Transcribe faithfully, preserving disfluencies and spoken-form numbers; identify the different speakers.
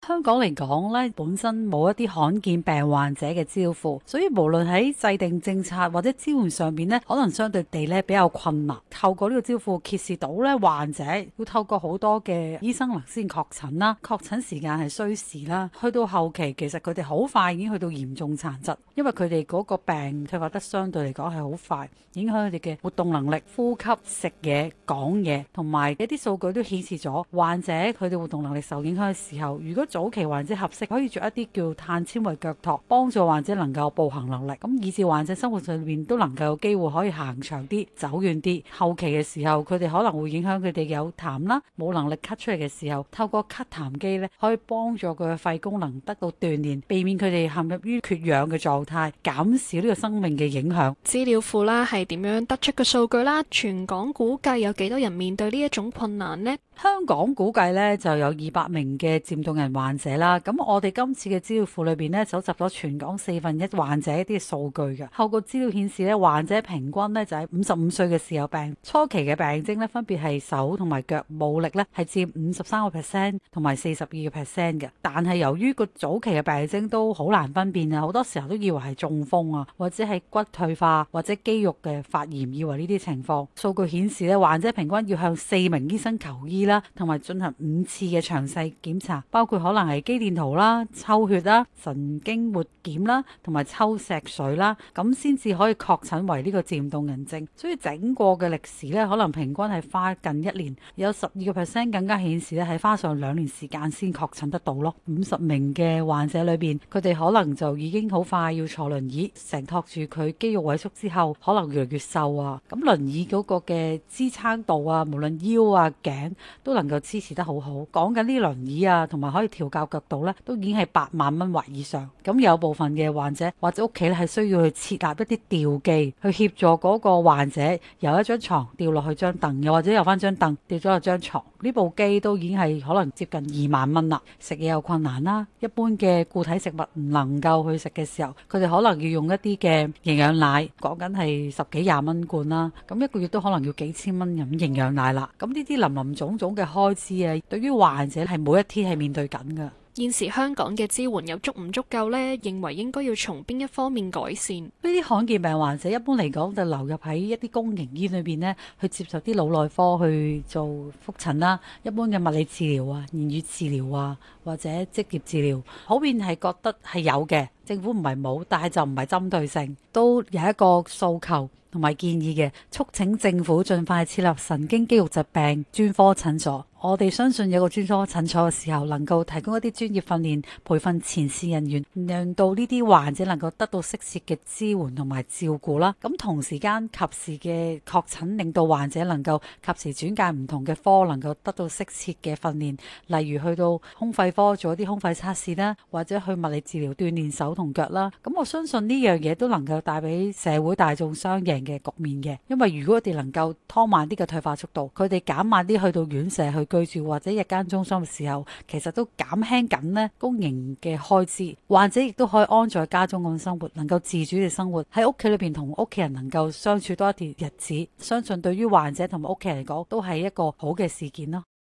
Speaker 1: 香港嚟講咧，本身冇一啲罕見病患者嘅資料庫，所以無論喺制定政策或者支援上邊咧，可能相對地咧比較困難。透過呢個資料庫揭示到咧，患者要透過好多嘅醫生能先確診啦，確診時間係需時啦，去到後期其實佢哋好快已經去到嚴重殘疾，因為佢哋嗰個病退化得相對嚟講係好快，影響佢哋嘅活動能力、呼吸、食嘢、講嘢，同埋一啲數據都顯示咗患者佢哋活動能力受影響嘅時候，如果早期患者合適，可以着一啲叫碳纖維腳托，幫助患者能夠步行能力，咁以至患者生活上面都能夠有機會可以行長啲、走遠啲。後期嘅時候，佢哋可能會影響佢哋有痰啦，冇能力咳出嚟嘅時候，透過咳痰機咧，可以幫助佢嘅肺功能得到鍛鍊，避免佢哋陷入於缺氧嘅狀態，減少呢個生命嘅影響。
Speaker 2: 資料庫啦係點樣得出嘅數據啦？全港估計有幾多人面對呢一種困難呢？
Speaker 1: 香港估計咧就有二百名嘅漸凍人患者啦。咁我哋今次嘅資料庫裏邊咧，搜集咗全港四分一患者一啲數據嘅。透過資料顯示咧，患者平均咧就喺五十五歲嘅時候病，初期嘅病徵咧分別係手同埋腳冇力咧，係佔五十三個 percent 同埋四十二個 percent 嘅。但係由於個早期嘅病徵都好難分辨啊，好多時候都以為係中風啊，或者係骨退化或者肌肉嘅發炎，以為呢啲情況。數據顯示咧，患者平均要向四名醫生求醫啦，同埋進行五次嘅詳細檢查，包括可能係肌電圖啦、抽血啦、神經活檢啦，同埋抽石水啦，咁先至可以確診為呢個漸凍人症。所以整個嘅歷時咧，可能平均係花近一年，有十二個 percent 更加顯示咧係花上兩年時間先確診得到咯。五十名嘅患者裏邊，佢哋可能就已經好快要坐輪椅，承托住佢肌肉萎縮之後，可能越嚟越瘦啊。咁輪椅嗰個嘅支撐度啊，無論腰啊、頸都能夠支持得好好。講緊呢輪椅啊，同埋可以調校角度咧，都已經係八萬蚊或以上。咁有部分嘅患者或者屋企咧係需要去設立一啲吊機，去協助嗰個患者由一張床掉落去張凳，又或者由翻張凳掉咗落張床。呢部機都已經係可能接近二萬蚊啦。食嘢有困難啦，一般嘅固體食物唔能夠去食嘅時候，佢哋可能要用一啲嘅營養奶，講緊係十幾廿蚊罐啦。咁一個月都可能要幾千蚊飲營養奶啦。咁呢啲林林總總嘅開支啊，對於患者係每一天係面對緊㗎。
Speaker 2: 現時香港嘅支援有足唔足夠呢？認為應該要從邊一方面改善？呢
Speaker 1: 啲罕見病患者一般嚟講就流入喺一啲公營醫院裏邊呢，去接受啲腦內科去做覆診啦，一般嘅物理治療啊、言語治療啊或者職業治療，普遍係覺得係有嘅。政府唔係冇，但係就唔係針對性，都有一個訴求同埋建議嘅，促請政府盡快設立神經肌肉疾病專科診所。我哋相信有個專科診所嘅時候，能夠提供一啲專業訓練、培訓前線人員，讓到呢啲患者能夠得到適切嘅支援同埋照顧啦。咁同時間及時嘅確診，令到患者能夠及時轉介唔同嘅科，能夠得到適切嘅訓練，例如去到胸肺科做一啲胸肺測試啦，或者去物理治療鍛鍊手同腳啦。咁我相信呢樣嘢都能夠帶俾社會大眾雙贏嘅局面嘅，因為如果我哋能夠拖慢啲嘅退化速度，佢哋減慢啲去到院舍去居住或者日間中心嘅時候，其實都減輕緊呢公營嘅開支，患者亦都可以安在家中咁生活，能夠自主嘅生活，喺屋企裏邊同屋企人能夠相處多一段日子，相信對於患者同埋屋企人嚟講都係一個好嘅事件咯。